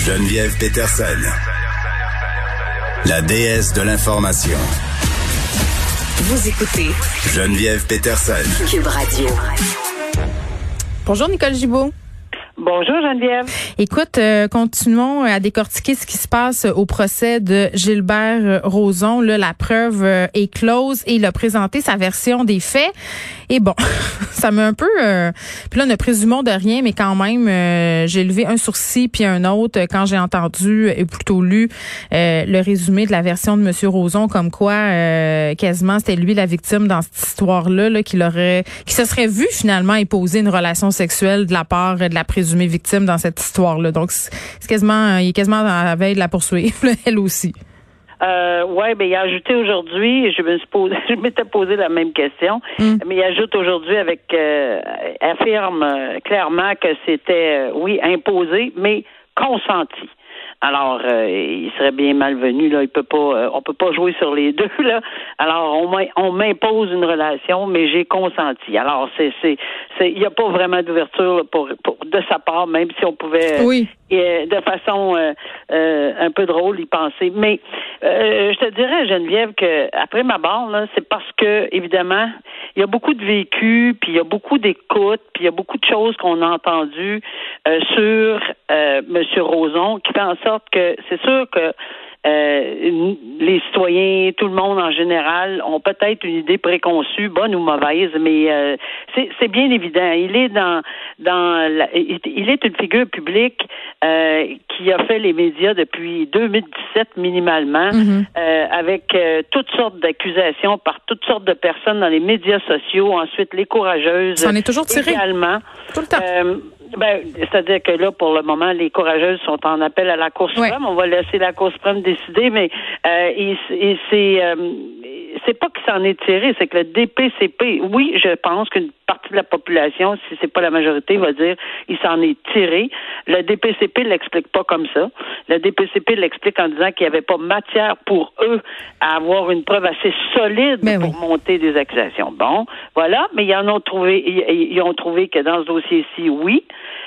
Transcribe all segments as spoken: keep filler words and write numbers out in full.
Geneviève Peterson, la déesse de l'information. Vous écoutez Geneviève Peterson, Cube Radio. Bonjour Nicole Gibault. Bonjour Geneviève. Écoute, euh, continuons à décortiquer ce qui se passe au procès de Gilbert Rozon. Là, la preuve euh, est close et il a présenté sa version des faits. Et bon, ça m'a un peu... Euh, puis là, ne présumons de rien, mais quand même, euh, j'ai levé un sourcil puis un autre quand j'ai entendu et plutôt lu euh, le résumé de la version de M. Rozon, comme quoi euh, quasiment c'était lui la victime dans cette histoire-là, là, qu'il aurait, qui se serait vu finalement imposer une relation sexuelle de la part de la présumée victime dans cette histoire-là. Donc, c'est quasiment, il est quasiment à la veille de la poursuivre, elle aussi. Euh, ouais, ben il a ajouté aujourd'hui, je me suis posé, je m'étais posé la même question, mm. mais il ajoute aujourd'hui avec euh, affirme euh, clairement que c'était euh, oui imposé, mais consenti. Alors, euh, il serait bien malvenu là. Il peut pas, euh, on peut pas jouer sur les deux là. Alors, on, on m'impose une relation, mais j'ai consenti. Alors, c'est, c'est, c'est, il y a pas vraiment d'ouverture pour, pour de sa part, même si on pouvait, oui. euh, de façon euh, euh, un peu drôle y penser. Mais euh, je te dirais, Geneviève, que après ma barre là, c'est parce que évidemment, il y a beaucoup de vécu, puis il y a beaucoup d'écoutes, puis il y a beaucoup de choses qu'on a entendues euh, sur euh, M. Rozon, qui fait en sorte que c'est sûr que euh, les citoyens, tout le monde en général, ont peut-être une idée préconçue, bonne ou mauvaise, mais euh, c'est, c'est bien évident. Il est dans, dans, la, il est une figure publique euh, qui a fait les médias depuis deux mille dix-sept minimalement, mm-hmm. euh, avec euh, toutes sortes d'accusations par toutes sortes de personnes dans les médias sociaux. Ensuite, les courageuses. Ça en est toujours tiré. Également. Tout le temps. Euh, Ben, c'est-à-dire que là, pour le moment, les courageuses sont en appel à la Cour suprême. Ouais. On va laisser la Cour suprême décider, mais euh, et, et c'est euh, c'est pas qu'il s'en est tiré, c'est que le D P C P, oui, je pense qu'une partie de la population, si c'est pas la majorité, va dire il s'en est tiré. Le D P C P l'explique pas comme ça. Le D P C P l'explique en disant qu'il n'y avait pas matière pour eux à avoir une preuve assez solide mais pour oui. monter des accusations. Bon, voilà, mais ils en ont trouvé, ils, ils ont trouvé que dans ce dossier-ci, oui.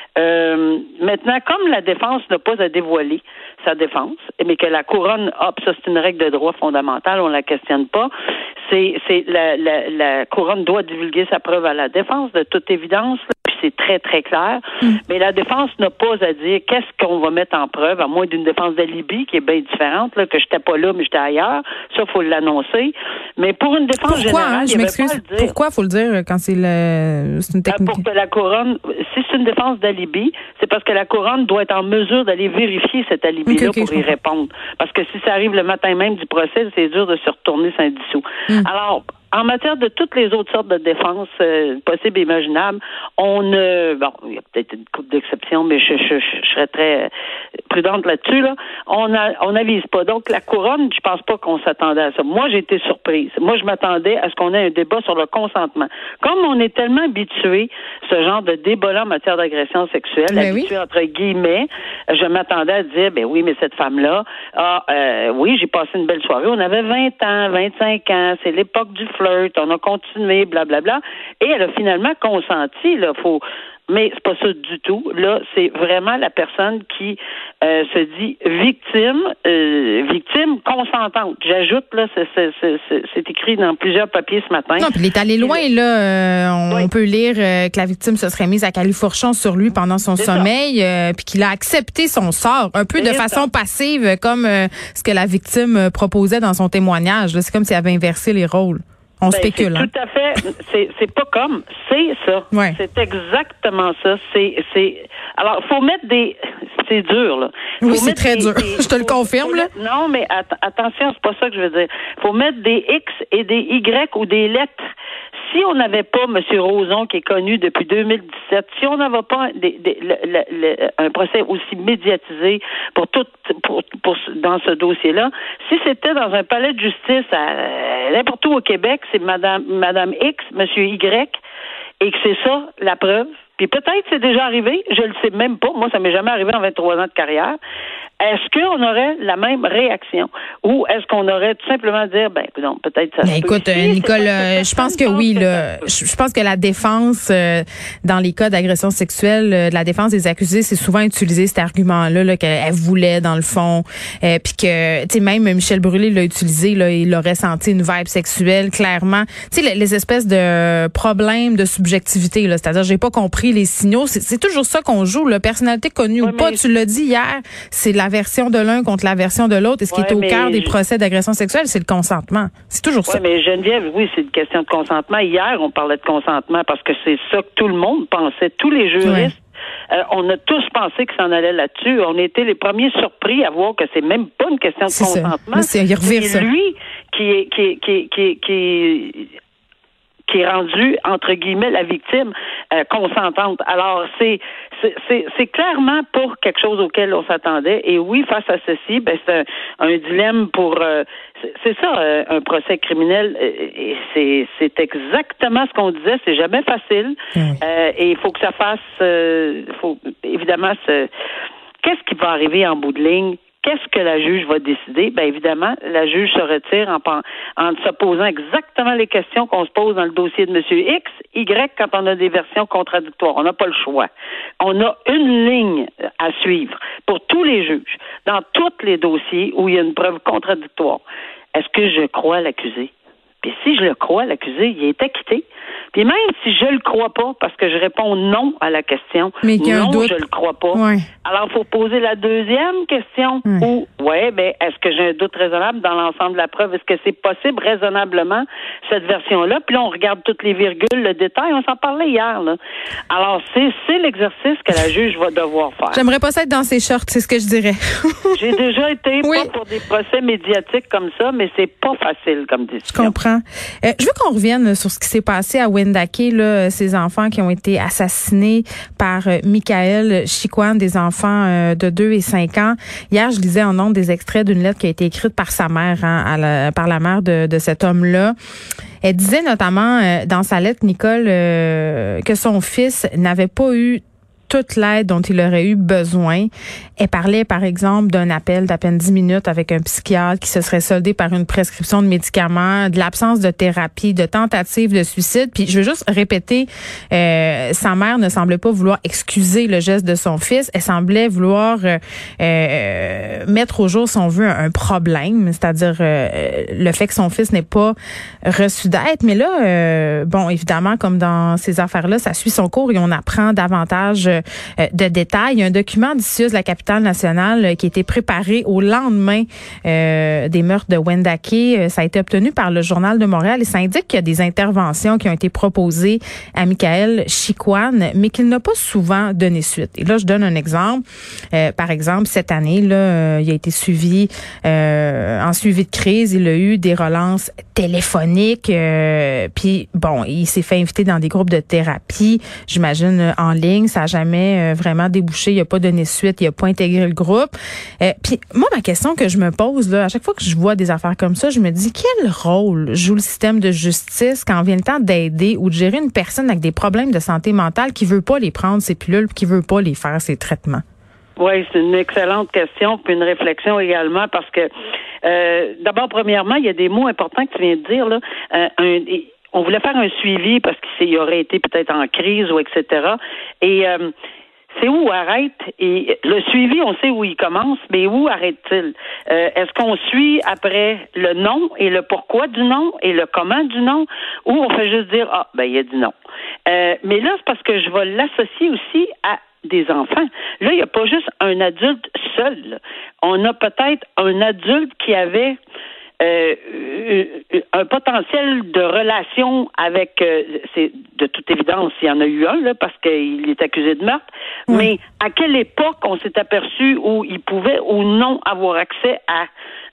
Euh, maintenant, comme la défense n'a pas à dévoiler sa défense, mais que la couronne, hop, ça c'est une règle de droit fondamentale, on la questionne pas. C'est, c'est la, la, la couronne doit divulguer sa preuve à la défense de toute évidence, là, puis c'est très très clair. Mm. Mais la défense n'a pas à dire qu'est-ce qu'on va mettre en preuve, à moins d'une défense d'alibi qui est bien différente, là, que j'étais pas là mais j'étais ailleurs. Ça faut l'annoncer. Mais pour une défense Pourquoi, générale, hein, je il m'excuse. Pas à le dire. Pourquoi faut le dire quand c'est le c'est une technique? Pour que la couronne, si c'est une défense d'alibi, c'est parce que la couronne doit être en mesure d'aller vérifier cet alibi-là okay, okay, pour y répondre. Parce que si ça arrive le matin même du procès, c'est dur de se retourner sans dissous. Mm. Alors, en matière de toutes les autres sortes de défenses euh, possibles et imaginables, on ne... Euh, bon, il y a peut-être une couple d'exceptions, mais je, je, je, je serais très prudente là-dessus, là. On a, on n'avise pas. Donc, la couronne, je pense pas qu'on s'attendait à ça. Moi, j'ai été surprise. Moi, je m'attendais à ce qu'on ait un débat sur le consentement. Comme on est tellement habitué, ce genre de débat-là en matière d'agression sexuelle, mais habitué oui. entre guillemets, je m'attendais à dire, ben oui, mais cette femme-là, ah, euh, oui, j'ai passé une belle soirée. On avait vingt ans, vingt-cinq ans, c'est l'époque du flirt, on a continué, blablabla, et elle a finalement consenti, là, faut... Mais c'est pas ça du tout. Là, c'est vraiment la personne qui euh, se dit victime, euh, victime consentante. J'ajoute, là, c'est, c'est, c'est, c'est écrit dans plusieurs papiers ce matin. Non, puis il est allé loin, là. Euh, on, oui. on peut lire euh, que la victime se serait mise à califourchon sur lui pendant son c'est sommeil, euh, puis qu'il a accepté son sort, un peu c'est de ça. façon passive, comme euh, ce que la victime proposait dans son témoignage. Là. C'est comme s'il avait inversé les rôles. On ben, spécule. C'est hein. tout à fait. C'est, c'est pas comme. C'est ça. Ouais. C'est exactement ça. C'est, c'est. Alors, faut mettre des. C'est dur là. Faut oui, c'est très des, dur. Des, je te le confirme là. Mettre, non, mais att- attention, c'est pas ça que je veux dire. Faut mettre des X et des Y ou des lettres. Si on n'avait pas M. Rozon, qui est connu depuis deux mille dix-sept, si on n'avait pas des, des, le, le, le, un procès aussi médiatisé pour tout, pour, pour, dans ce dossier-là, si c'était dans un palais de justice à n'importe où au Québec, c'est Madame, Madame X, Monsieur Y, et que c'est ça la preuve. Puis peut-être c'est déjà arrivé, je le sais même pas. Moi, ça m'est jamais arrivé en vingt-trois ans de carrière. est-ce qu'on aurait la même réaction? Ou est-ce qu'on aurait tout simplement dire, ben, non, peut-être ça Ben, se écoute, peut ici, Nicole, pas, je pense que oui, là. Je, je pense que la défense, euh, dans les cas d'agression sexuelle, euh, la défense des accusés, c'est souvent utilisé cet argument-là, là, qu'elle voulait, dans le fond, euh, puis que, tu sais, même Michel Brûlé l'a utilisé, là, il aurait senti une vibe sexuelle, clairement. Tu sais, les, les espèces de problèmes de subjectivité, là, c'est-à-dire, j'ai pas compris les signaux. C'est, c'est toujours ça qu'on joue, là. Personnalité connue ouais, ou pas, mais... tu l'as dit hier, c'est la version de l'un contre la version de l'autre. Et ce qui ouais, est au cœur des je... procès d'agression sexuelle, c'est le consentement. C'est toujours ouais, ça. mais Geneviève, oui, c'est une question de consentement. Hier, on parlait de consentement parce que c'est ça que tout le monde pensait, tous les juristes. Ouais. Euh, on a tous pensé que ça en allait là-dessus. On était les premiers surpris à voir que c'est même pas une question de c'est consentement. Là, c'est, il revire c'est ça. lui qui est, qui est, qui est, qui est, qui est, qui est rendu, entre guillemets, la victime euh, consentante. Alors, c'est, c'est, c'est, c'est clairement pas quelque chose auquel on s'attendait. Et oui, face à ceci, ben, c'est un, un dilemme pour... Euh, c'est, c'est ça, euh, un procès criminel. Euh, et c'est, c'est exactement ce qu'on disait. C'est jamais facile. Oui. Euh, et il faut que ça fasse... Euh, faut, évidemment, ce, qu'est-ce qui va arriver en bout de ligne? Qu'est-ce que la juge va décider? Bien, évidemment, la juge se retire en, en se posant exactement les questions qu'on se pose dans le dossier de M. X, Y, quand on a des versions contradictoires. On n'a pas le choix. On a une ligne à suivre pour tous les juges, dans tous les dossiers où il y a une preuve contradictoire. Est-ce que je crois l'accusé? Puis si je le crois, l'accusé, il est acquitté. Puis même si je le crois pas, parce que je réponds non à la question, mais qu'il y a non, un doute. je le crois pas. Ouais. Alors, il faut poser la deuxième question. Ouais. Ou, ouais, ben, est-ce que j'ai un doute raisonnable dans l'ensemble de la preuve? Est-ce que c'est possible raisonnablement, cette version-là? Puis là, on regarde toutes les virgules, le détail. On s'en parlait hier, là. Alors, c'est, c'est l'exercice que la juge va devoir faire. J'aimerais pas ça être dans ses shorts, c'est ce que je dirais. J'ai déjà été, oui. pas pour des procès médiatiques comme ça, mais c'est pas facile comme décision. Je comprends. Euh, je veux qu'on revienne sur ce qui s'est passé à Wendake, là, ces enfants qui ont été assassinés par euh, Michael Chicoine, des enfants euh, de deux et cinq ans. Hier, je lisais en ondes des extraits d'une lettre qui a été écrite par sa mère, hein, à la, par la mère de, de cet homme-là. Elle disait notamment euh, dans sa lettre, Nicole, euh, que son fils n'avait pas eu toute l'aide dont il aurait eu besoin. Elle parlait, par exemple, d'un appel d'à peine dix minutes avec un psychiatre qui se serait soldé par une prescription de médicaments, de l'absence de thérapie, de tentative de suicide. Puis je veux juste répéter, euh, sa mère ne semblait pas vouloir excuser le geste de son fils. Elle semblait vouloir euh, euh, mettre au jour, si on veut, un problème, c'est-à-dire euh, le fait que son fils n'ait pas reçu d'aide. Mais là, euh, bon, évidemment, comme dans ces affaires-là, ça suit son cours et on apprend davantage de détails. Il y a un document du C I U S de la capitale nationale qui a été préparé au lendemain euh, des meurtres de Wendake. Ça a été obtenu par le Journal de Montréal et ça indique qu'il y a des interventions qui ont été proposées à Michael Chicoine, mais qu'il n'a pas souvent donné suite. Et là, je donne un exemple. Euh, par exemple, cette année, là, euh, il a été suivi euh, en suivi de crise. Il a eu des relances téléphoniques. Euh, puis, bon, il s'est fait inviter dans des groupes de thérapie, j'imagine, en ligne. Ça n'a jamais vraiment débouché, il a pas donné suite, il a pas intégré le groupe. Euh, puis moi, ma question que je me pose, là, à chaque fois que je vois des affaires comme ça, je me dis quel rôle joue le système de justice quand vient le temps d'aider ou de gérer une personne avec des problèmes de santé mentale qui veut pas les prendre, ses pilules, qui veut pas les faire, ses traitements? Oui, c'est une excellente question, puis une réflexion également, parce que euh, d'abord, premièrement, il y a des mots importants que tu viens de dire, là. Euh, un, On voulait faire un suivi parce qu'il aurait été peut-être en crise ou et cetera. Et euh, c'est où arrête? Et le suivi, on sait où il commence, mais où arrête-t-il? Euh, est-ce qu'on suit après le non et le pourquoi du non et le comment du non? Ou on fait juste dire, ah, ben, il a dit non. Euh, mais là, c'est parce que je vais l'associer aussi à des enfants. Là, il n'y a pas juste un adulte seul. On a peut-être un adulte qui avait Euh, un potentiel de relation avec, euh, c'est de toute évidence, il y en a eu un là parce qu'il est accusé de meurtre. Oui. Mais à quelle époque on s'est aperçu où il pouvait ou non avoir accès à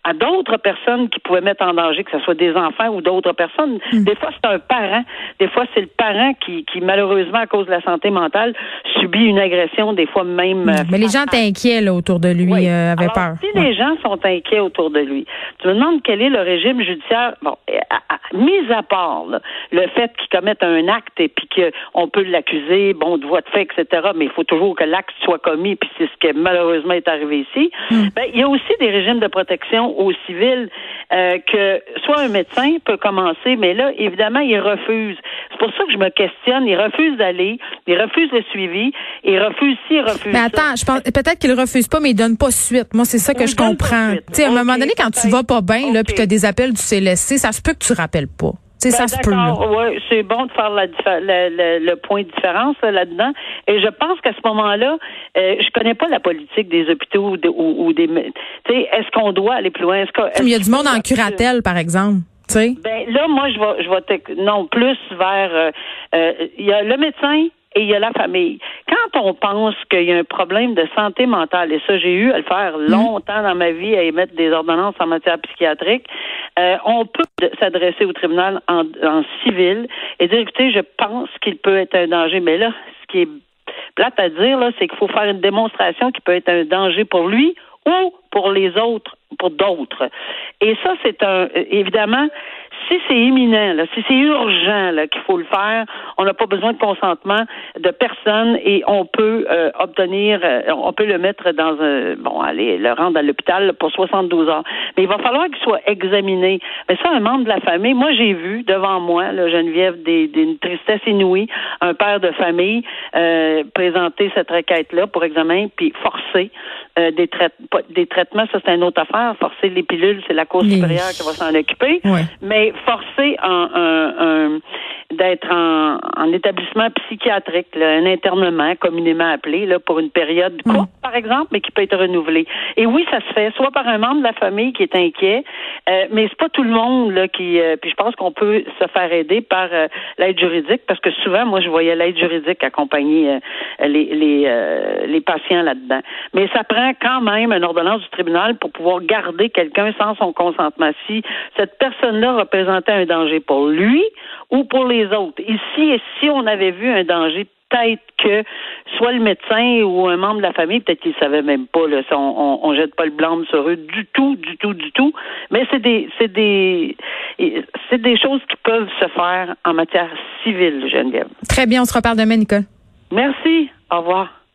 à d'autres personnes qui pouvaient mettre en danger, que ce soit des enfants ou d'autres personnes. Mm. Des fois, c'est un parent. Des fois, c'est le parent qui, qui, malheureusement, à cause de la santé mentale, subit une agression, des fois même... Mm. Mais les gens étaient inquiets là, autour de lui, oui. euh, avaient Alors, peur. Si ouais. les gens sont inquiets autour de lui, tu me demandes quel est le régime judiciaire, bon, à, à, mis à part là, le fait qu'il commette un acte et puis qu'on peut l'accuser, bon, de voie de fait, et cetera, mais il faut toujours que l'acte soit commis, puis c'est ce qui malheureusement est arrivé ici. Mm. Ben, il y a aussi des régimes de protection aux civils euh, que soit un médecin peut commencer, mais là, évidemment, il refuse. C'est pour ça que je me questionne. Il refuse d'aller, il refuse le suivi, il refuse ci, il refuse mais attends, ça. je pense peut-être qu'il refuse pas, mais il donne pas suite. Moi, c'est ça que il je comprends. Tu sais, à un okay, moment donné, quand peut-être. tu vas pas bien, okay. là, puis tu as des appels du C L S C, ça se peut que tu rappelles pas. Ben, ça se peut, ouais, c'est bon de faire la, la, la, le point de différence là, là-dedans. Et je pense qu'à ce moment-là, euh, je connais pas la politique des hôpitaux ou, de, ou, ou des. Tu sais, est-ce qu'on doit aller plus loin? Est-ce que, est-ce il y a du monde en curatelle, par exemple. T'sais? Ben là, moi, je vais, je vais te, non plus vers. Il euh, euh, y a le médecin. Et il y a la famille. Quand on pense qu'il y a un problème de santé mentale, et ça, j'ai eu à le faire longtemps dans ma vie, à émettre des ordonnances en matière psychiatrique, euh, on peut s'adresser au tribunal en, en civil et dire, écoutez, je pense qu'il peut être un danger. Mais là, ce qui est plate à dire, là, c'est qu'il faut faire une démonstration qu'il peut être un danger pour lui ou pour les autres, pour d'autres. Et ça, c'est un, évidemment, si c'est imminent, là, si c'est urgent là, qu'il faut le faire, on n'a pas besoin de consentement de personne et on peut euh, obtenir, euh, on peut le mettre dans un, bon, aller le rendre à l'hôpital là, pour soixante-douze heures. Mais il va falloir qu'il soit examiné. Mais ça, un membre de la famille, moi j'ai vu devant moi, là, Geneviève, des, des, une tristesse inouïe, un père de famille euh, présenter cette requête-là pour examen, puis forcer euh, des, trai- des traitements, ça c'est une autre affaire. Forcer les pilules, c'est la Cour oui. supérieure qui va s'en occuper. Ouais. Mais forcer un, un, un, d'être en, en établissement psychiatrique, là, un internement communément appelé là, pour une période courte, mmh. par exemple, mais qui peut être renouvelée. Et oui, ça se fait, soit par un membre de la famille qui est inquiet, euh, mais c'est pas tout le monde là qui. Euh, puis je pense qu'on peut se faire aider par euh, l'aide juridique, parce que souvent, moi, je voyais l'aide juridique accompagner euh, les les, euh, les patients là-dedans. Mais ça prend quand même une ordonnance du tribunal pour pouvoir garder quelqu'un sans son consentement. Si cette personne-là représentait un danger pour lui ou pour les autres. Ici, si on avait vu un danger, peut-être que soit le médecin ou un membre de la famille, peut-être qu'ils ne savaient même pas, là, on, on, on jette pas le blâme sur eux du tout, du tout, du tout. Mais c'est des, c'est des, c'est des choses qui peuvent se faire en matière civile, Geneviève. Très bien, on se reparle demain, Nicole. Merci. Au revoir.